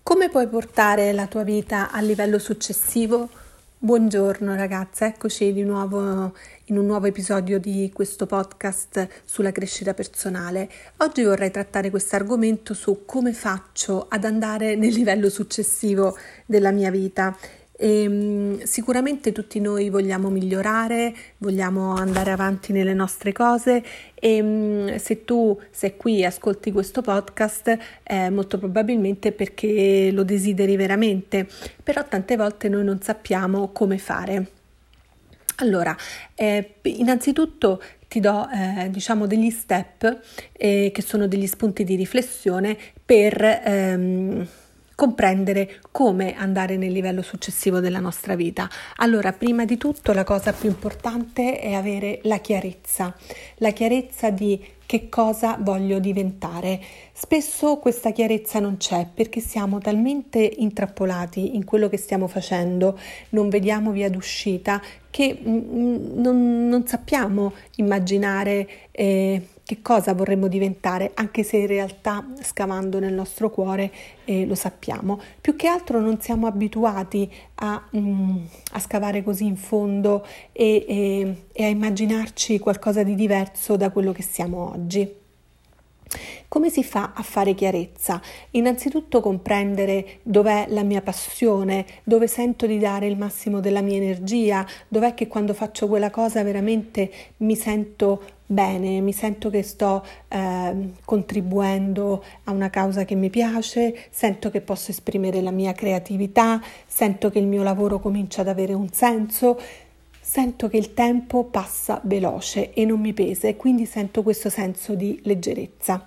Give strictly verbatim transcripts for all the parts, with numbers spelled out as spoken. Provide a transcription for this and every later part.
Come puoi portare la tua vita al livello successivo? Buongiorno ragazza, eccoci di nuovo in un nuovo episodio di questo podcast sulla crescita personale. Oggi vorrei trattare questo argomento su come faccio ad andare nel livello successivo della mia vita. E, um, sicuramente tutti noi vogliamo migliorare, vogliamo andare avanti nelle nostre cose e um, se tu sei qui e ascolti questo podcast è molto probabilmente perché lo desideri veramente, però tante volte noi non sappiamo come fare. Allora, eh, innanzitutto ti do eh, diciamo degli step eh, che sono degli spunti di riflessione per ehm, comprendere come andare nel livello successivo della nostra vita. Allora, prima di tutto la cosa più importante è avere la chiarezza, la chiarezza di che cosa voglio diventare. Spesso questa chiarezza non c'è perché siamo talmente intrappolati in quello che stiamo facendo, non vediamo via d'uscita che mm, non, non sappiamo immaginare eh, che cosa vorremmo diventare, anche se in realtà scavando nel nostro cuore eh, lo sappiamo. Più che altro non siamo abituati a, mm, a scavare così in fondo e, e, e a immaginarci qualcosa di diverso da quello che siamo oggi. Come si fa a fare chiarezza? Innanzitutto comprendere dov'è la mia passione, dove sento di dare il massimo della mia energia, dov'è che quando faccio quella cosa veramente mi sento bene, mi sento che sto eh, contribuendo a una causa che mi piace, sento che posso esprimere la mia creatività, sento che il mio lavoro comincia ad avere un senso. Sento che il tempo passa veloce e non mi pesa e quindi sento questo senso di leggerezza.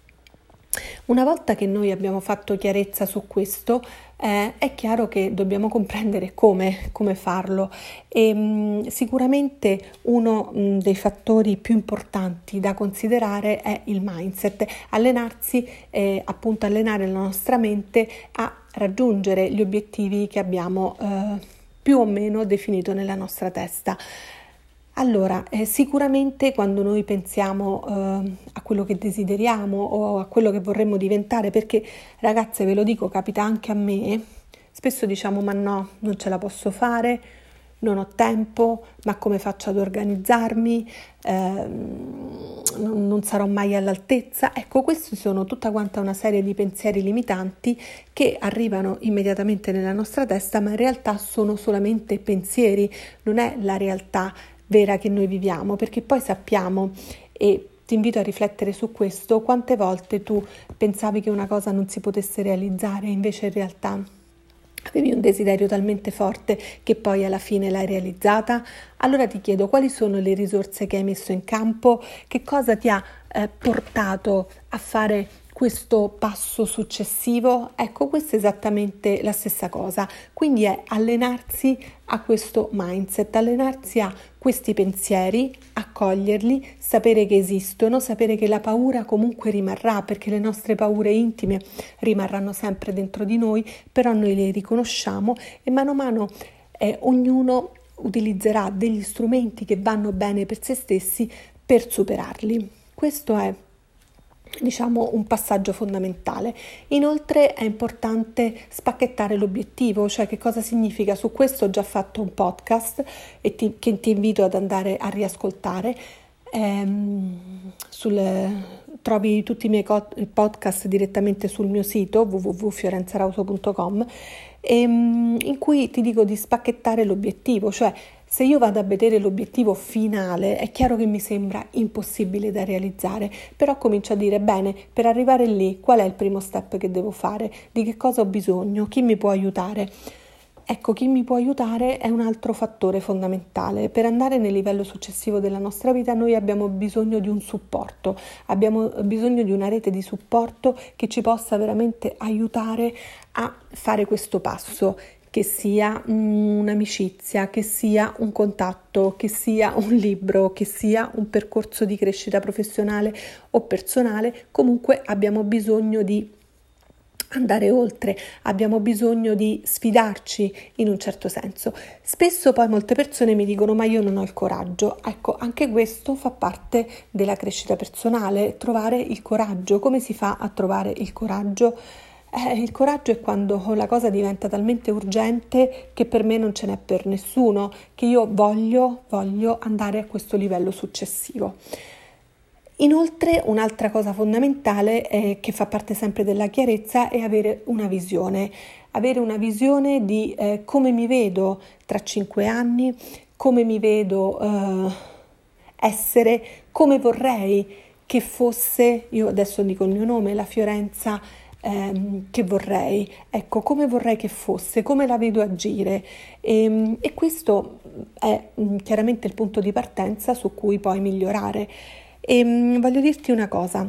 Una volta che noi abbiamo fatto chiarezza su questo, eh, è chiaro che dobbiamo comprendere come, come farlo e mh, sicuramente uno mh, dei fattori più importanti da considerare è il mindset, allenarsi, eh, appunto allenare la nostra mente a raggiungere gli obiettivi che abbiamo eh, più o meno definito nella nostra testa. Allora, eh, sicuramente quando noi pensiamo eh, a quello che desideriamo o a quello che vorremmo diventare, perché ragazze ve lo dico, capita anche a me, spesso diciamo ma no, non ce la posso fare, non ho tempo, ma come faccio ad organizzarmi, eh, non, non sarò mai all'altezza. Ecco, questi sono tutta quanta una serie di pensieri limitanti che arrivano immediatamente nella nostra testa, ma in realtà sono solamente pensieri, non è la realtà vera che noi viviamo, perché poi sappiamo, e ti invito a riflettere su questo, quante volte tu pensavi che una cosa non si potesse realizzare, invece in realtà avevi un desiderio talmente forte che poi alla fine l'hai realizzata. Allora ti chiedo quali sono le risorse che hai messo in campo, che cosa ti ha eh, portato a fare questo passo successivo. Ecco, questa è esattamente la stessa cosa, quindi è allenarsi a questo mindset, allenarsi a questi pensieri, accoglierli, sapere che esistono, sapere che la paura comunque rimarrà, perché le nostre paure intime rimarranno sempre dentro di noi, però noi le riconosciamo e mano a mano eh, ognuno utilizzerà degli strumenti che vanno bene per se stessi per superarli. Questo è diciamo un passaggio fondamentale. Inoltre è importante spacchettare l'obiettivo, cioè che cosa significa. Su questo ho già fatto un podcast e ti, che ti invito ad andare a riascoltare. Ehm, sul, trovi tutti i miei co- podcast direttamente sul mio sito w w w punto fiorenzarauso punto com ehm, in cui ti dico di spacchettare l'obiettivo, cioè se io vado a vedere l'obiettivo finale è chiaro che mi sembra impossibile da realizzare, però comincio a dire bene, per arrivare lì qual è il primo step che devo fare, di che cosa ho bisogno, chi mi può aiutare. Ecco, chi mi può aiutare è un altro fattore fondamentale. Per andare nel livello successivo della nostra vita noi abbiamo bisogno di un supporto, abbiamo bisogno di una rete di supporto che ci possa veramente aiutare a fare questo passo, che sia un'amicizia, che sia un contatto, che sia un libro, che sia un percorso di crescita professionale o personale. Comunque abbiamo bisogno di andare oltre, abbiamo bisogno di sfidarci in un certo senso. Spesso poi molte persone mi dicono ma io non ho il coraggio. Ecco, anche questo fa parte della crescita personale, trovare il coraggio. Come si fa a trovare il coraggio? Eh, il coraggio è quando la cosa diventa talmente urgente che per me non ce n'è per nessuno, che io voglio, voglio andare a questo livello successivo. Inoltre, un'altra cosa fondamentale eh, che fa parte sempre della chiarezza è avere una visione, avere una visione di eh, come mi vedo tra cinque anni, come mi vedo eh, essere, come vorrei che fosse, io adesso dico il mio nome, la Fiorenza ehm, che vorrei, ecco, come vorrei che fosse, come la vedo agire e, e questo è mh, chiaramente il punto di partenza su cui poi migliorare. E mh, voglio dirti una cosa,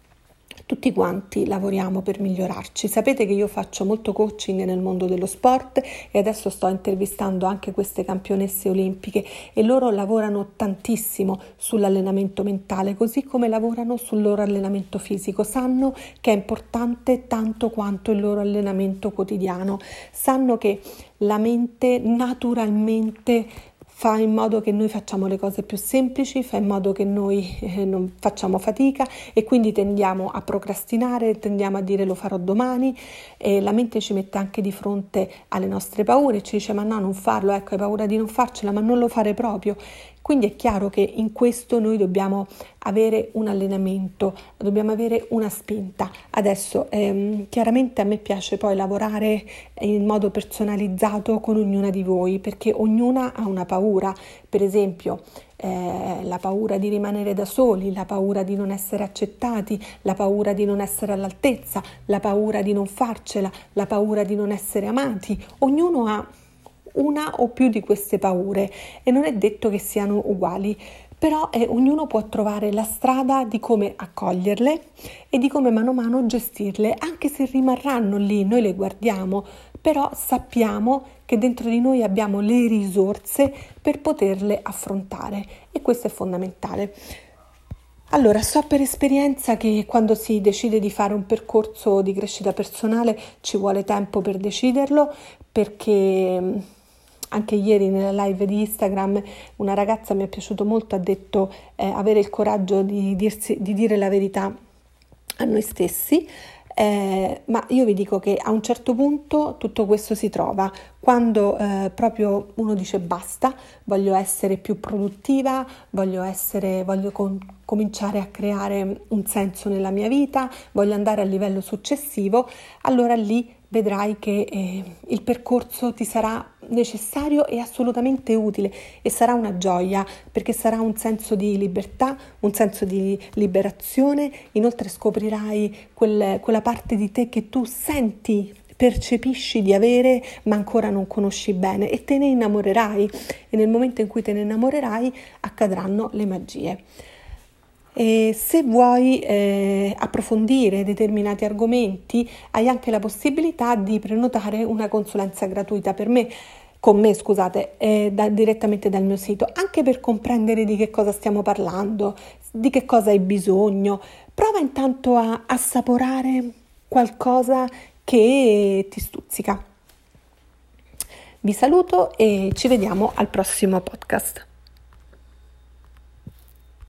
tutti quanti lavoriamo per migliorarci. Sapete che io faccio molto coaching nel mondo dello sport e adesso sto intervistando anche queste campionesse olimpiche e loro lavorano tantissimo sull'allenamento mentale, così come lavorano sul loro allenamento fisico. Sanno che è importante tanto quanto il loro allenamento quotidiano. Sanno che la mente naturalmente fa in modo che noi facciamo le cose più semplici, fa in modo che noi eh, non facciamo fatica e quindi tendiamo a procrastinare, tendiamo a dire lo farò domani e la mente ci mette anche di fronte alle nostre paure, ci dice ma no, non farlo, ecco, hai paura di non farcela, ma non lo fare proprio. Quindi è chiaro che in questo noi dobbiamo avere un allenamento, dobbiamo avere una spinta. Adesso ehm, chiaramente a me piace poi lavorare in modo personalizzato con ognuna di voi, perché ognuna ha una paura, per esempio eh, la paura di rimanere da soli, la paura di non essere accettati, la paura di non essere all'altezza, la paura di non farcela, la paura di non essere amati. Ognuno ha una o più di queste paure e non è detto che siano uguali, però eh, ognuno può trovare la strada di come accoglierle e di come mano a mano gestirle, anche se rimarranno lì, noi le guardiamo, però sappiamo che dentro di noi abbiamo le risorse per poterle affrontare e questo è fondamentale. Allora, so per esperienza che quando si decide di fare un percorso di crescita personale ci vuole tempo per deciderlo, perché anche ieri nella live di Instagram una ragazza mi è piaciuto molto, ha detto eh, avere il coraggio di, dirsi, di dire la verità a noi stessi, eh, ma io vi dico che a un certo punto tutto questo si trova quando eh, proprio uno dice basta, voglio essere più produttiva, voglio, essere, voglio com- cominciare a creare un senso nella mia vita, voglio andare al livello successivo, allora lì vedrai che eh, il percorso ti sarà necessario e assolutamente utile e sarà una gioia, perché sarà un senso di libertà, un senso di liberazione. Inoltre scoprirai quel, quella parte di te che tu senti, percepisci di avere ma ancora non conosci bene e te ne innamorerai e nel momento in cui te ne innamorerai accadranno le magie. E se vuoi eh, approfondire determinati argomenti hai anche la possibilità di prenotare una consulenza gratuita per me, con me scusate, eh, da, direttamente dal mio sito, anche per comprendere di che cosa stiamo parlando, di che cosa hai bisogno. Prova intanto a assaporare qualcosa che ti stuzzica. Vi saluto e ci vediamo al prossimo podcast.